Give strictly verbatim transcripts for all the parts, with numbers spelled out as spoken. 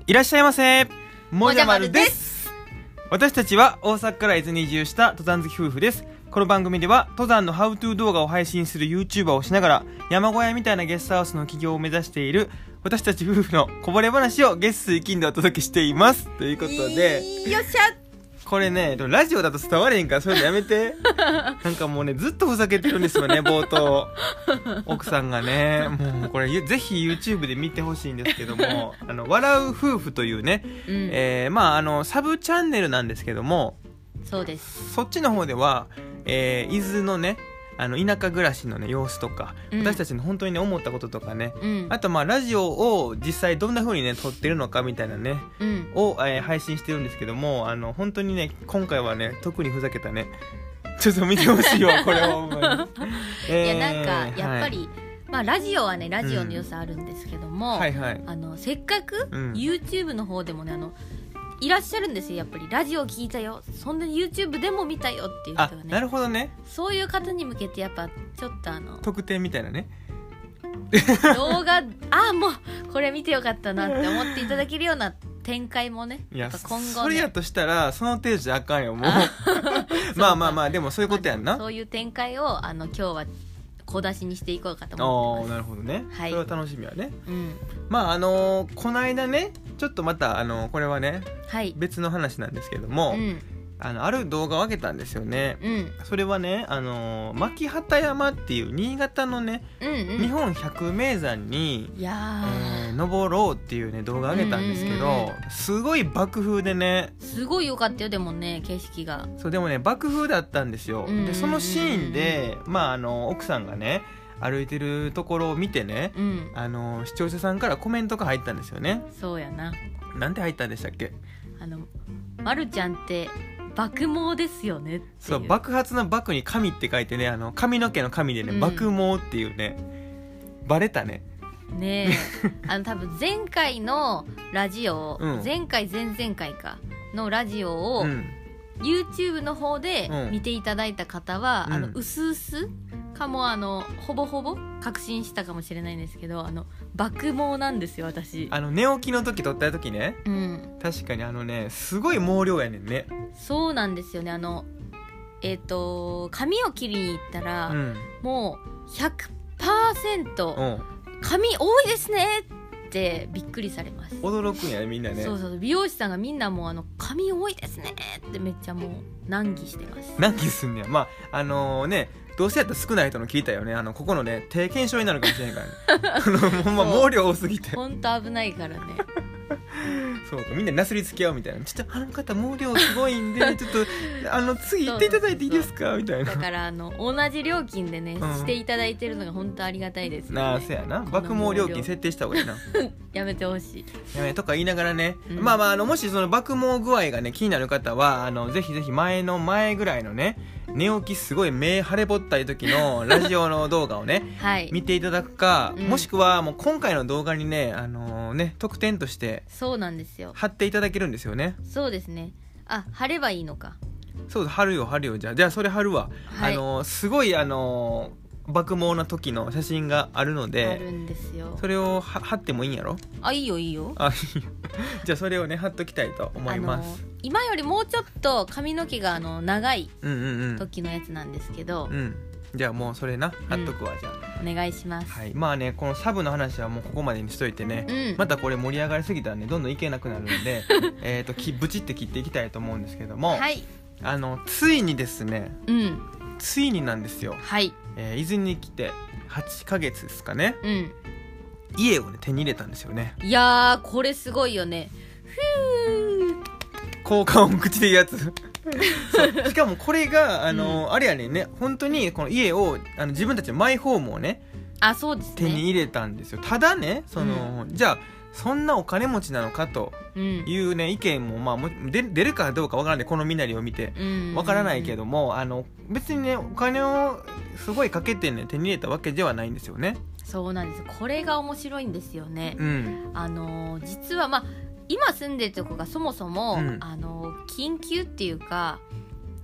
いらっしゃいませ。もじゃまるでもじゃまるです。 私たちは大阪から伊豆に移住した登山好き夫婦です。この番組では登山のハウトゥー動画を配信する YouTuber をしながら山小屋みたいなゲストハウスの起業を目指している私たち夫婦のこぼれ話を月水金でお届けしていますということで、 よっしゃ。 これねラジオだと伝われへんからそういうのやめてなんかもうねずっとふざけてるんですよね冒頭奥さんがねもうこれぜひ YouTube で見てほしいんですけどもあの笑う夫婦というね、うんえー、まああのサブチャンネルなんですけども、 そうです。 そっちの方では、えー、伊豆のねあの田舎暮らしの、ね、様子とか、うん、私たちの本当に、ね、思ったこととかね、うん、あとまあラジオを実際どんな風にね撮ってるのかみたいなね、うん、を、えー、配信してるんですけども、あの本当にね今回はね特にふざけたねちょっと見てほしいわこれはほんまに、 えー、いやなんかやっぱり、はいまあ、ラジオはねラジオの良さあるんですけども、うんはいはい、あのせっかく、うん、YouTube の方でもねあのいらっしゃるんですよ。やっぱりラジオ聞いたよ、そんな YouTube でも見たよっていう人がね。 あ、なるほどね。 そういう方に向けてやっぱちょっとあの特典みたいなね動画あもうこれ見てよかったなって思っていただけるような展開もね。 いや今後ねそれやとしたらその程度じゃあかんよもうまあまあまあでもそういうことやんな、 まあ、そういう展開をあの今日は小出しにしていこうかと思ってます。 あなるほどね、はい、それは楽しみやね、 うん、 まああのー、この間ねちょっとまた、あのー、これはね、はい、別の話なんですけども、うん、あのある動画を上げたんですよね、うん、それはね、あのー、牧畑山っていう新潟のね、うんうん、日本百名山に、いやえー、登ろうっていうね動画を上げたんですけど、うんうんうん、すごい爆風でねすごい良かったよ。でもね景色がそうでもね爆風だったんですよ、うんうんうん、でそのシーンで、まあ、あの奥さんがね歩いてるところを見てね、うん、あの視聴者さんからコメントが入ったんですよね。 そうやな。 なんて入ったんでしたっけ。 あのまるちゃんって爆毛ですよねっていう。 そう爆発の爆に髪って書いてねあの髪の毛の髪でね、うん、爆毛っていうねバレたねねえあの多分前回のラジオ、うん、前回前々回かのラジオを、うん、YouTube の方で見ていただいた方は、うん、あのうすうすかもあのほぼほぼ確信したかもしれないんですけどあの爆毛なんですよ私。 あの寝起きの時撮った時ね、うん、確かにあのねすごい毛量やねんね。 そうなんですよね。あのえっ、ー、と髪を切りに行ったら、うん、もう ひゃくパーセント、うん、髪多いですねってびっくりされます。 驚くんやねみんなね。 そうそう美容師さんがみんなもうあの髪多いですねってめっちゃもう難儀してます。 難儀すんねや。まああのー、ねどうせやったら少ない人の聞いたよね。あのここのね低検証になるかもしれないからねほんま毛量多すぎてほんと危ないからねそうかみんななすりつけ合うみたいな。ちょっとあの方毛量すごいんでちょっとあの次行っていただいていいですかみたいな。 だからあの同じ料金でね、うん、していただいてるのが本当ありがたいですよね。 なあそうやな。爆毛料金設定した方がいいなやめてほしいやめとか言いながらね、うん、まあまああのもしその爆毛具合がね気になる方はあのぜひぜひ前の前ぐらいのね寝起きすごい目腫れぼったい時のラジオの動画をね、はい、見ていただくか、うん、もしくはもう今回の動画にね、あのー、ね特典としてそうなんですよ貼っていただけるんですよね。 そうですね。あ貼ればいいのか。 そう貼るよ貼るよ。じゃあじゃあそれ貼るわ、はい、あのー、すごいあのー爆毛の時の写真があるのであるんですよ。 それを貼ってもいいんやろ。 あいいよいいよ。 あいいよじゃあそれをね貼っときたいと思います。 今よりもうちょっと髪の毛があの長い時のやつなんですけど、うんうんうん、 じゃあもうそれな貼っとくわ、うん、じゃあお願いします、 はい、まあねこのサブの話はもうここまでにしといてね、うん、またこれ盛り上がりすぎたらねどんどんいけなくなるんでえときブチって切っていきたいと思うんですけども、はい、あのついにですね、うん、ついになんですよ、はいえー、伊豆に来てはちかげつですかね、うん、家を、ね、手に入れたんですよね。 いやーこれすごいよね。ふー効果音口で言うやつそうしかもこれがあの、うん、あれやねんね本当にこの家をあの自分たちのマイホームをねあそうですね手に入れたんですよ。ただねその、うん、じゃあそんなお金持ちなのかというね、うん、意見も、まあ、も出出るかどうかわからない。この身なりを見てわからないけども、あの別にねお金をすごいかけてね手に入れたわけではないんですよね。 そうなんです。これが面白いんですよね、うん、あの実はまあ今住んでるとこがそもそも、うん、あの緊急っていうか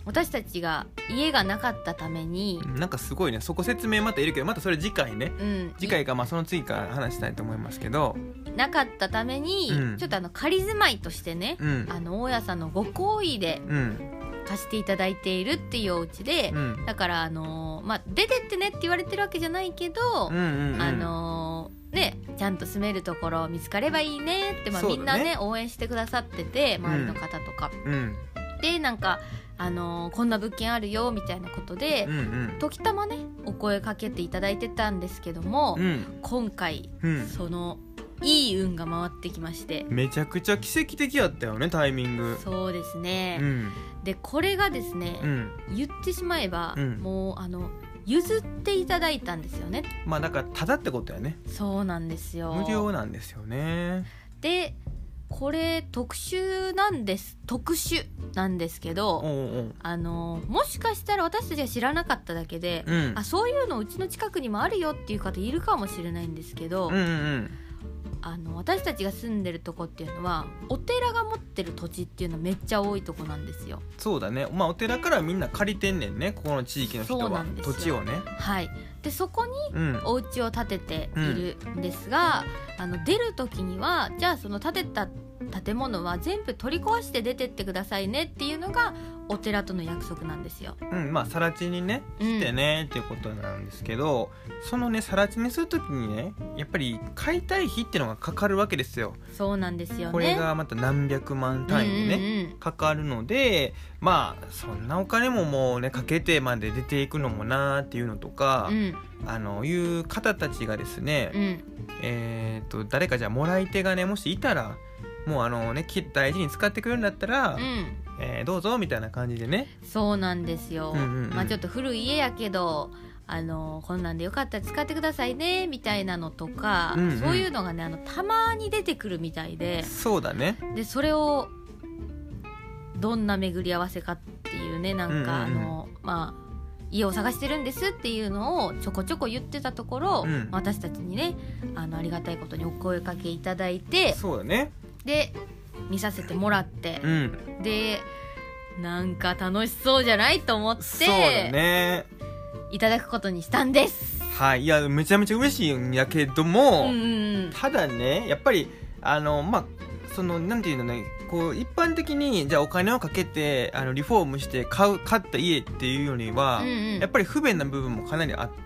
私たちが家がなかったために、 なんかすごいね、そこ説明またいるけど、またそれ次回ね、うん、次回かまあその次から話したいと思いますけど、 なかったために、うん、ちょっとあの仮住まいとしてね、うん、あの大家さんのご厚意で貸していただいているっていうお家で、うん、だからあのー、まあ出てってねって言われてるわけじゃないけど、うんうんうん、あのー、ね、ちゃんと住めるところ見つかればいいねって、まあ、みんな ね, ね応援してくださってて、周りの方とか、うん、でなんかあのー、こんな物件あるよみたいなことで、うんうん、時たまねお声かけていただいてたんですけども、うん、今回、うん、そのいい運が回ってきまして、 めちゃくちゃ奇跡的やったよね、タイミング。 そうですね、うん、でこれがですね、うん、言ってしまえば、うん、もうあの譲っていただいたんですよね。 まあだからタダってことやね。 そうなんですよ、 無料なんですよね。 でこれ特殊なんです特殊なんですけど、おうおう、あのもしかしたら私たちが知らなかっただけで、うん、あそういうのうちの近くにもあるよっていう方いるかもしれないんですけど、うんうんうん、あの私たちが住んでるとこっていうのはお寺が持ってる土地っていうのはめっちゃ多いとこなんですよ。 そうだね、まあお寺からみんな借りてんねんね、ここの地域の人は土地をね。 はい、でそこにお家を建てているんですが、うん、あの出る時にはじゃあその建てた建物は全部取り壊して出てってくださいねっていうのがお寺との約束なんですよ。 うん、まあ更地にねしてね、うん、っていうことなんですけど、そのね更地にするときにねやっぱり解体費っていうのがかかるわけですよ。 そうなんですよね。 これがまた何百万単位でね、うんうんうん、かかるので、まあそんなお金ももうねかけてまで出ていくのもなーっていうのとか、うん、あのいう方たちがですね、うん、えー、と誰かじゃあもらい手がねもしいたらもうあのね大事に使ってくれるんだったら、うん、えー、どうぞみたいな感じでね。 そうなんですよ、うんうんうん、まあちょっと古い家やけどあのこんなんでよかったら使ってくださいねみたいなのとか、うんうん、そういうのがねあのたまに出てくるみたいで。 そうだね。 でそれをどんな巡り合わせかっていうね、なんか、うんうん、あのまあ家を探してるんですっていうのをちょこちょこ言ってたところ、うん、私たちにね あのありがたいことにお声かけいただいて、 そうだね。 で見させてもらって、うん、でなんか楽しそうじゃないと思って、そうだね、いただくことにしたんです。 はい、いやめちゃめちゃ嬉しいんやけども、うんうん、ただねやっぱりあのまあそのなんていうのね、こう一般的にじゃあお金をかけてあのリフォームして買う買った家っていうよりは、うんうん、やっぱり不便な部分もかなりあって、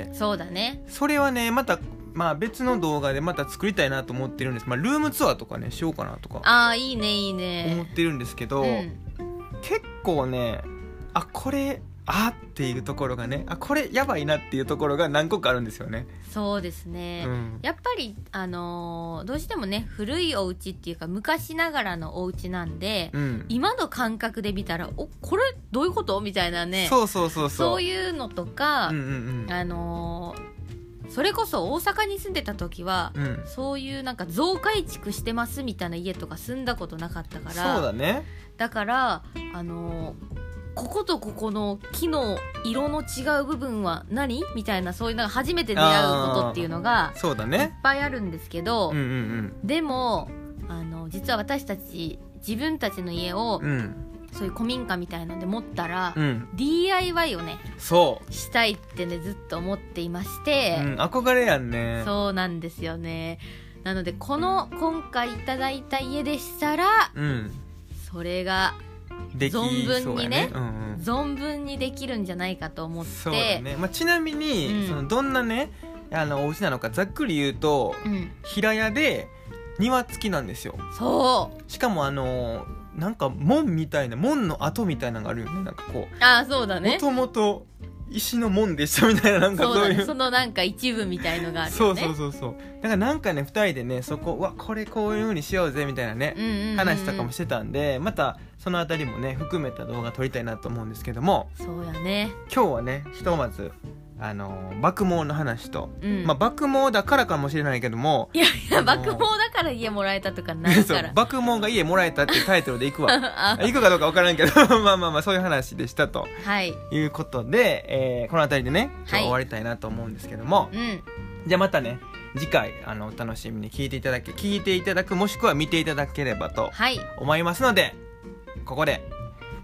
そうだね。 それはねまたまあ別の動画でまた作りたいなと思ってるんです。まあルームツアーとかねしようかなとか、 あーいいねいいね思ってるんですけど、うん、結構ねあこれあっていうところがね、あこれやばいなっていうところが何個かあるんですよね。 そうですね、うん、やっぱりあのー、どうしてもね古いお家っていうか昔ながらのお家なんで、うん、今の感覚で見たらおこれどういうことみたいなね、 そうそうそうそうそういうのとか、うんうんうん、あのーそれこそ大阪に住んでた時は、うん、そういうなんか増改築してますみたいな家とか住んだことなかったから、 そうだね。 だからあのこことここの木の色の違う部分は何みたいな、そういうのが初めて出会うことっていうのがそうだね、 いっぱいあるんですけど、うんうんうん、でもあの実は私たち自分たちの家を、うん、そういう古民家みたいので持ったら、うん、ディーアイワイ をねそうしたいってねずっと思っていまして、 うん、憧れやんね。 そうなんですよね。なのでこの今回いただいた家でしたら、うん、それが存分に ね, ね、うんうん、存分にできるんじゃないかと思って。 そうだね、まあ、ちなみに、うん、そのどんなねあのお家なのかざっくり言うと、うん、平屋で庭付きなんですよ。 そうしかもあのなんか門みたいな門の跡みたいなのがあるよね。なんかこうあそうだね、 もともと石の門でしたみたいな、なんかそういうそうだ、 ね、そのなんか一部みたいのがあるよね。 そうそうそうそう。だからなんかねふたりでねそこうわこれこういう風にしようぜみたいなね、うんうんうん、話とかもしてたんで、またそのあたりもね含めた動画撮りたいなと思うんですけども、 そうやね。 今日はねひとまずあの爆毛の話と、うん、まあ爆毛だからかもしれないけども、 いやいや爆毛だから家もらえたとかないから爆毛が家もらえたっていうタイトルでいくわいくかどうか分からんけどまあまあまあそういう話でしたと、はい、いうことで、えー、この辺りでね今日終わりたいなと思うんですけども、はい、うん、じゃあまたね次回あのお楽しみに聞いていただけ聞いていただくもしくは見ていただければと思いますので、はい、ここで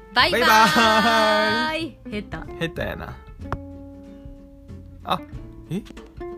バイバーイ。下手下手やな。あえ